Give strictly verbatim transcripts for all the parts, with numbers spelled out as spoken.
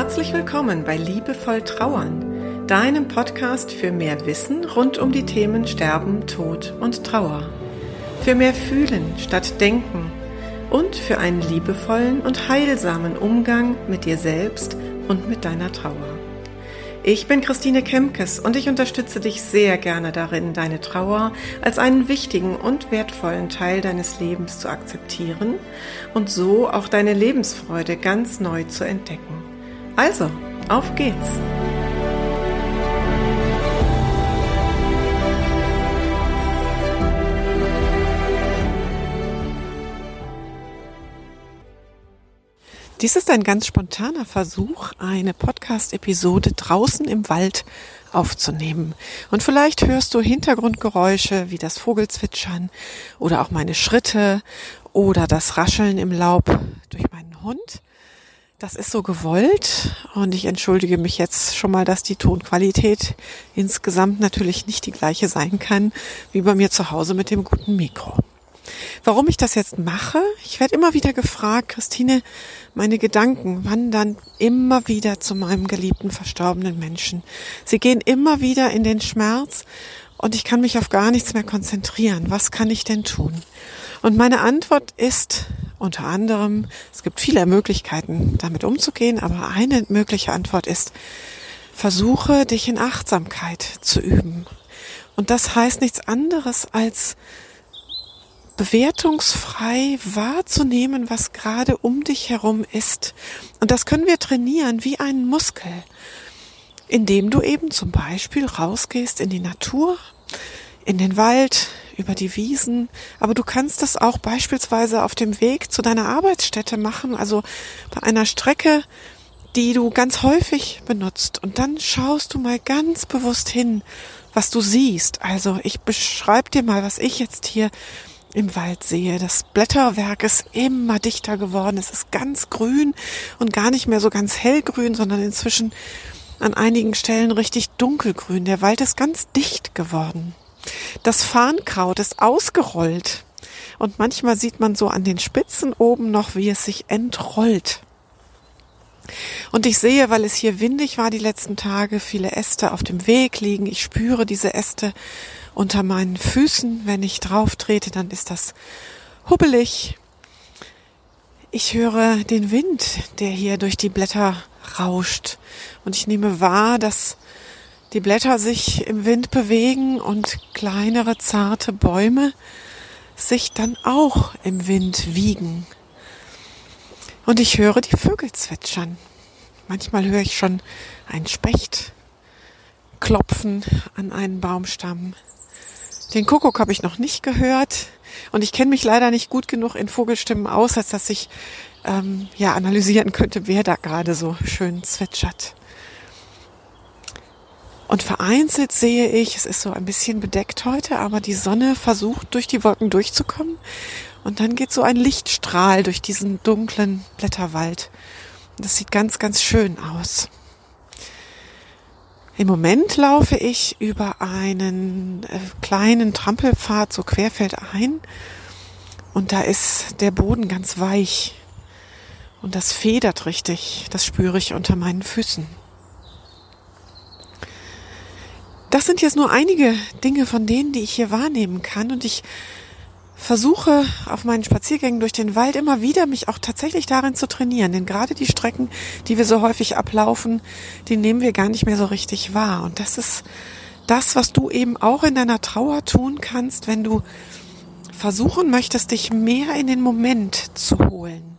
Herzlich willkommen bei Liebevoll Trauern, deinem Podcast für mehr Wissen rund um die Themen Sterben, Tod und Trauer. Für mehr Fühlen statt Denken und für einen liebevollen und heilsamen Umgang mit dir selbst und mit deiner Trauer. Ich bin Christine Kemkes und ich unterstütze dich sehr gerne darin, deine Trauer als einen wichtigen und wertvollen Teil deines Lebens zu akzeptieren und so auch deine Lebensfreude ganz neu zu entdecken. Also, auf geht's! Dies ist ein ganz spontaner Versuch, eine Podcast-Episode draußen im Wald aufzunehmen. Und vielleicht hörst du Hintergrundgeräusche wie das Vogelzwitschern oder auch meine Schritte oder das Rascheln im Laub durch meinen Hund. Das ist so gewollt und ich entschuldige mich jetzt schon mal, dass die Tonqualität insgesamt natürlich nicht die gleiche sein kann wie bei mir zu Hause mit dem guten Mikro. Warum ich das jetzt mache? Ich werde immer wieder gefragt, Christine, meine Gedanken wandern immer wieder zu meinem geliebten verstorbenen Menschen. Sie gehen immer wieder in den Schmerz und ich kann mich auf gar nichts mehr konzentrieren. Was kann ich denn tun? Und meine Antwort ist unter anderem, es gibt viele Möglichkeiten, damit umzugehen, aber eine mögliche Antwort ist, versuche dich in Achtsamkeit zu üben. Und das heißt nichts anderes als bewertungsfrei wahrzunehmen, was gerade um dich herum ist. Und das können wir trainieren wie einen Muskel, indem du eben zum Beispiel rausgehst in die Natur, in den Wald, über die Wiesen. Aber du kannst das auch beispielsweise auf dem Weg zu deiner Arbeitsstätte machen, also bei einer Strecke, die du ganz häufig benutzt. Und dann schaust du mal ganz bewusst hin, was du siehst. Also ich beschreibe dir mal, was ich jetzt hier im Wald sehe. Das Blätterwerk ist immer dichter geworden. Es ist ganz grün und gar nicht mehr so ganz hellgrün, sondern inzwischen an einigen Stellen richtig dunkelgrün. Der Wald ist ganz dicht geworden. Das Farnkraut ist ausgerollt und manchmal sieht man so an den Spitzen oben noch, wie es sich entrollt. Und ich sehe, weil es hier windig war die letzten Tage, viele Äste auf dem Weg liegen. Ich spüre diese Äste unter meinen Füßen. Wenn ich drauf trete, dann ist das hubbelig. Ich höre den Wind, der hier durch die Blätter rauscht. Und ich nehme wahr, dass die Blätter sich im Wind bewegen und kleinere, zarte Bäume sich dann auch im Wind wiegen. Und ich höre die Vögel zwitschern. Manchmal höre ich schon einen Specht klopfen an einen Baumstamm. Den Kuckuck habe ich noch nicht gehört und ich kenne mich leider nicht gut genug in Vogelstimmen aus, als dass ich ähm, ja analysieren könnte, wer da gerade so schön zwitschert. Und vereinzelt sehe ich, es ist so ein bisschen bedeckt heute, aber die Sonne versucht durch die Wolken durchzukommen und dann geht so ein Lichtstrahl durch diesen dunklen Blätterwald. Das sieht ganz, ganz schön aus. Im Moment laufe ich über einen äh, kleinen Trampelpfad so querfeldein und da ist der Boden ganz weich und das federt richtig, das spüre ich unter meinen Füßen. Das sind jetzt nur einige Dinge von denen, die ich hier wahrnehmen kann und ich versuche auf meinen Spaziergängen durch den Wald immer wieder mich auch tatsächlich darin zu trainieren, denn gerade die Strecken, die wir so häufig ablaufen, die nehmen wir gar nicht mehr so richtig wahr und das ist das, was du eben auch in deiner Trauer tun kannst, wenn du versuchen möchtest, dich mehr in den Moment zu holen.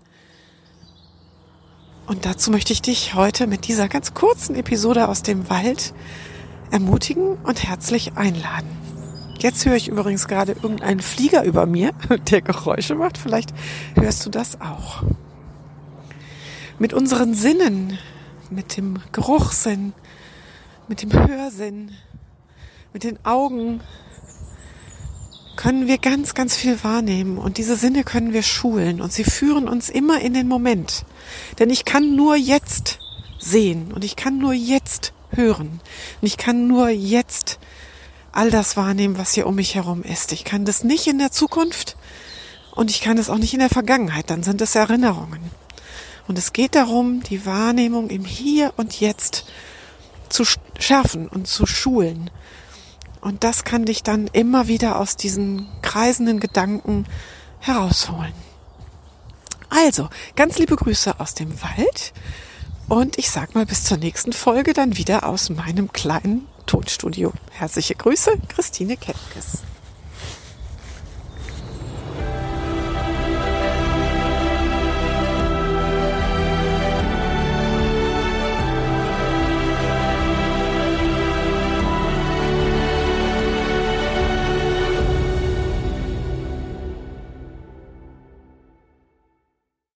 Und dazu möchte ich dich heute mit dieser ganz kurzen Episode aus dem Wald ermutigen und herzlich einladen. Jetzt höre ich übrigens gerade irgendeinen Flieger über mir, der Geräusche macht. Vielleicht hörst du das auch. Mit unseren Sinnen, mit dem Geruchssinn, mit dem Hörsinn, mit den Augen können wir ganz, ganz viel wahrnehmen. Und diese Sinne können wir schulen und sie führen uns immer in den Moment. Denn ich kann nur jetzt sehen und ich kann nur jetzt hören. Und ich kann nur jetzt all das wahrnehmen, was hier um mich herum ist. Ich kann das nicht in der Zukunft und ich kann das auch nicht in der Vergangenheit. Dann sind es Erinnerungen. Und es geht darum, die Wahrnehmung im Hier und Jetzt zu schärfen und zu schulen. Und das kann dich dann immer wieder aus diesen kreisenden Gedanken herausholen. Also, ganz liebe Grüße aus dem Wald. Und ich sag mal bis zur nächsten Folge dann wieder aus meinem kleinen Tonstudio. Herzliche Grüße, Christine Kettges.